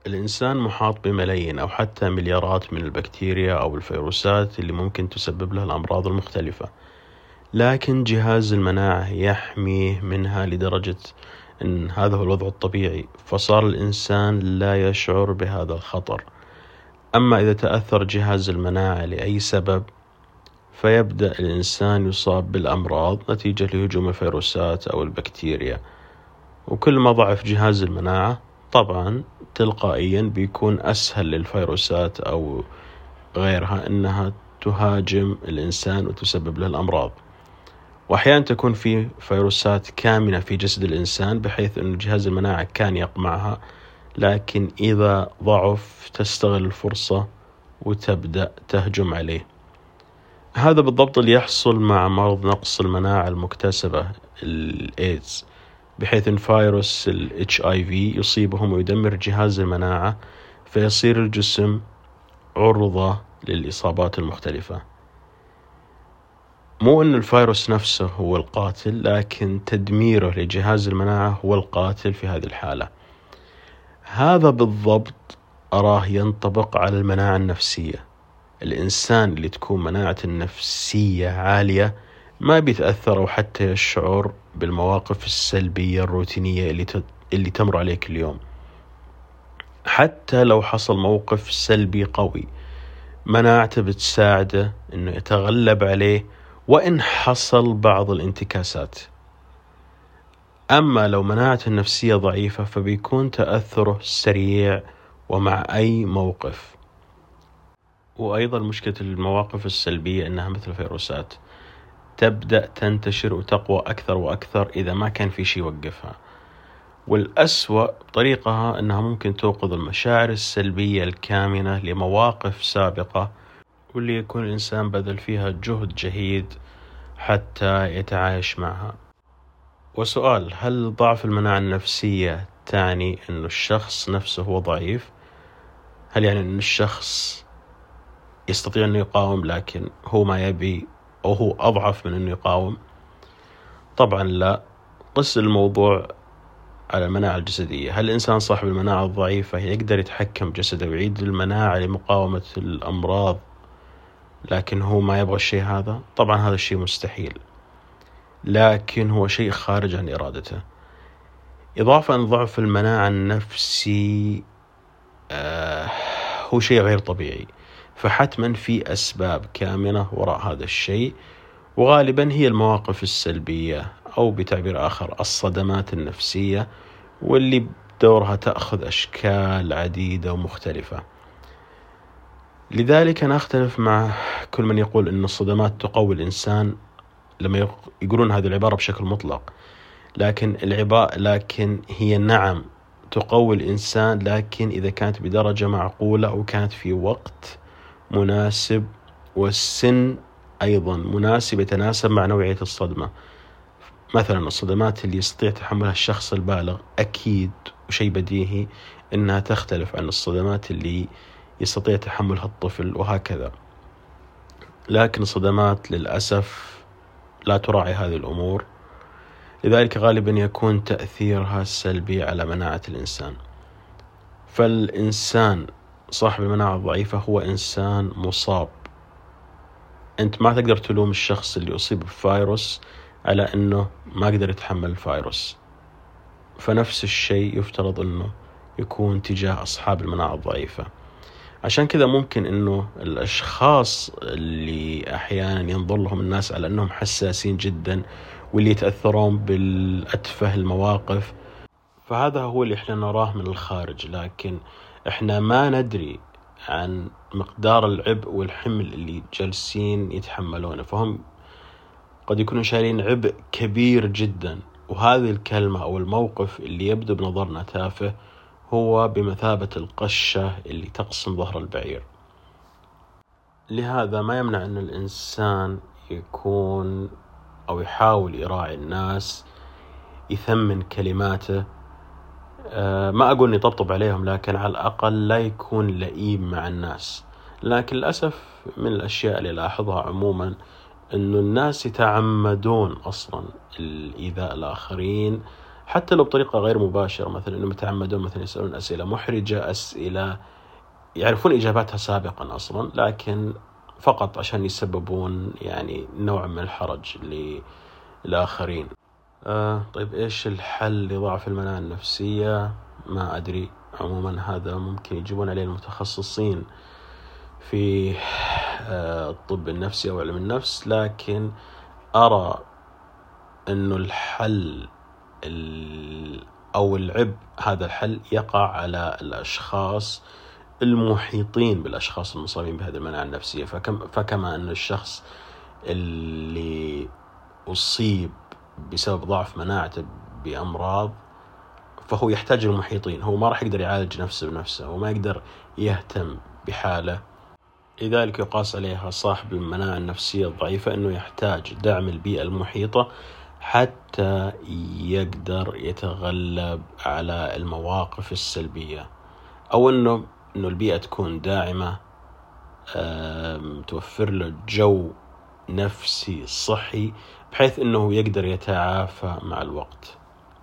الإنسان محاط بملايين أو حتى مليارات من البكتيريا أو الفيروسات اللي ممكن تسبب له الأمراض المختلفة، لكن جهاز المناعة يحميه منها لدرجة أن هذا هو الوضع الطبيعي، فصار الإنسان لا يشعر بهذا الخطر. أما إذا تأثر جهاز المناعة لأي سبب فيبدأ الإنسان يصاب بالأمراض نتيجة لهجوم الفيروسات أو البكتيريا. وكل ما ضعف جهاز المناعة طبعا تلقائيا بيكون أسهل للفيروسات أو غيرها أنها تهاجم الإنسان وتسبب له الأمراض. وأحيانا تكون في فيروسات كامنة في جسد الإنسان بحيث أن جهاز المناعة كان يقمعها، لكن إذا ضعف تستغل الفرصة وتبدأ تهجم عليه. هذا بالضبط اللي يحصل مع مرض نقص المناعة المكتسبة الإيدز، بحيث أن فيروس ال HIV يصيبهم ويدمر جهاز المناعة، فيصير الجسم عرضة للإصابات المختلفة. مو أن الفيروس نفسه هو القاتل، لكن تدميره لجهاز المناعة هو القاتل في هذه الحالة. هذا بالضبط أراه ينطبق على المناعة النفسية. الإنسان اللي تكون مناعته النفسية عالية ما بيتأثر أو حتى يشعر بالمواقف السلبية الروتينية اللي تمر عليه كل يوم. حتى لو حصل موقف سلبي قوي مناعته بتساعده إنه يتغلب عليه وإن حصل بعض الانتكاسات. أما لو مناعته النفسية ضعيفة فبيكون تأثره سريع ومع أي موقف. وأيضا مشكلة المواقف السلبية إنها مثل الفيروسات تبدأ تنتشر وتقوى أكثر وأكثر إذا ما كان في شيء يوقفها. والأسوأ بطريقها أنها ممكن توقظ المشاعر السلبية الكامنة لمواقف سابقة، واللي يكون الإنسان بذل فيها جهد جهيد حتى يتعايش معها. وسؤال: هل ضعف المناعة النفسية تعني أن الشخص نفسه هو ضعيف؟ هل يعني أن الشخص يستطيع أن يقاوم لكن هو ما يبي، أو هو أضعف من أنه يقاوم؟ طبعا لا. قس الموضوع على المناعة الجسدية. هل الإنسان صاحب المناعة الضعيفة يقدر يتحكم بجسده ويعيد المناعة لمقاومة الأمراض لكن هو ما يبغى الشيء هذا؟ طبعا هذا الشيء مستحيل، لكن هو شيء خارج عن إرادته. إضافة أن ضعف المناعة النفسي هو شيء غير طبيعي، فحتما في أسباب كامنة وراء هذا الشيء، وغالبا هي المواقف السلبية أو بتعبير آخر الصدمات النفسية، واللي بدورها تأخذ أشكال عديدة ومختلفة. لذلك أنا أختلف مع كل من يقول أن الصدمات تقوي الإنسان لما يقولون هذه العبارة بشكل مطلق، لكن هي نعم تقوي الإنسان، لكن إذا كانت بدرجة معقولة أو كانت في وقت مناسب والسن أيضا مناسب يتناسب مع نوعية الصدمة. مثلا الصدمات اللي يستطيع تحملها الشخص البالغ أكيد وشيء بديهي أنها تختلف عن الصدمات اللي يستطيع تحملها الطفل، وهكذا. لكن الصدمات للأسف لا تراعي هذه الأمور، لذلك غالبا يكون تأثيرها سلبي على مناعة الإنسان. فالإنسان صاحب المناعة الضعيفة هو إنسان مصاب. أنت ما تقدر تلوم الشخص اللي أصيب بفيروس على أنه ما قدر يتحمل الفيروس، فنفس الشيء يفترض أنه يكون تجاه أصحاب المناعة الضعيفة. عشان كذا ممكن أنه الأشخاص اللي أحيانا ينظر لهم الناس على أنهم حساسين جدا واللي يتأثرون بالأتفه المواقف، فهذا هو اللي احنا نراه من الخارج، لكن احنا ما ندري عن مقدار العبء والحمل اللي جالسين يتحملونه. فهم قد يكونوا شايلين عبء كبير جدا، وهذه الكلمة أو الموقف اللي يبدو بنظرنا تافه هو بمثابة القشة اللي تقسم ظهر البعير. لهذا ما يمنع أن الإنسان يكون أو يحاول يراعي الناس، يثمن كلماته. ما أقول أني طبطب عليهم، لكن على الأقل لا يكون لئيم مع الناس. لكن للأسف من الأشياء اللي لاحظها عموما أنه الناس يتعمدون أصلا الإيذاء الآخرين حتى لو بطريقة غير مباشرة، مثلا إنهم يتعمدون مثلا يسألون أسئلة محرجة، أسئلة يعرفون إجاباتها سابقا أصلا، لكن فقط عشان يسببون يعني نوع من الحرج للآخرين. طيب إيش الحل لضعف المناعة النفسية؟ ما أدري، عموما هذا ممكن يجيبون عليه المتخصصين في الطب النفسي أو علم النفس، لكن أرى أنه الحل أو العبء هذا الحل يقع على الأشخاص المحيطين بالأشخاص المصابين بهذه المناعة النفسية. فكما أن الشخص اللي أصيب بسبب ضعف مناعته بأمراض فهو يحتاج المحيطين، هو ما راح يقدر يعالج نفسه بنفسه وما يقدر يهتم بحاله. لذلك يقاس عليها صاحب المناعة النفسية الضعيفة أنه يحتاج دعم البيئة المحيطة حتى يقدر يتغلب على المواقف السلبية، أو أنه البيئة تكون داعمة، توفر له جو نفسي صحي بحيث أنه يقدر يتعافى مع الوقت.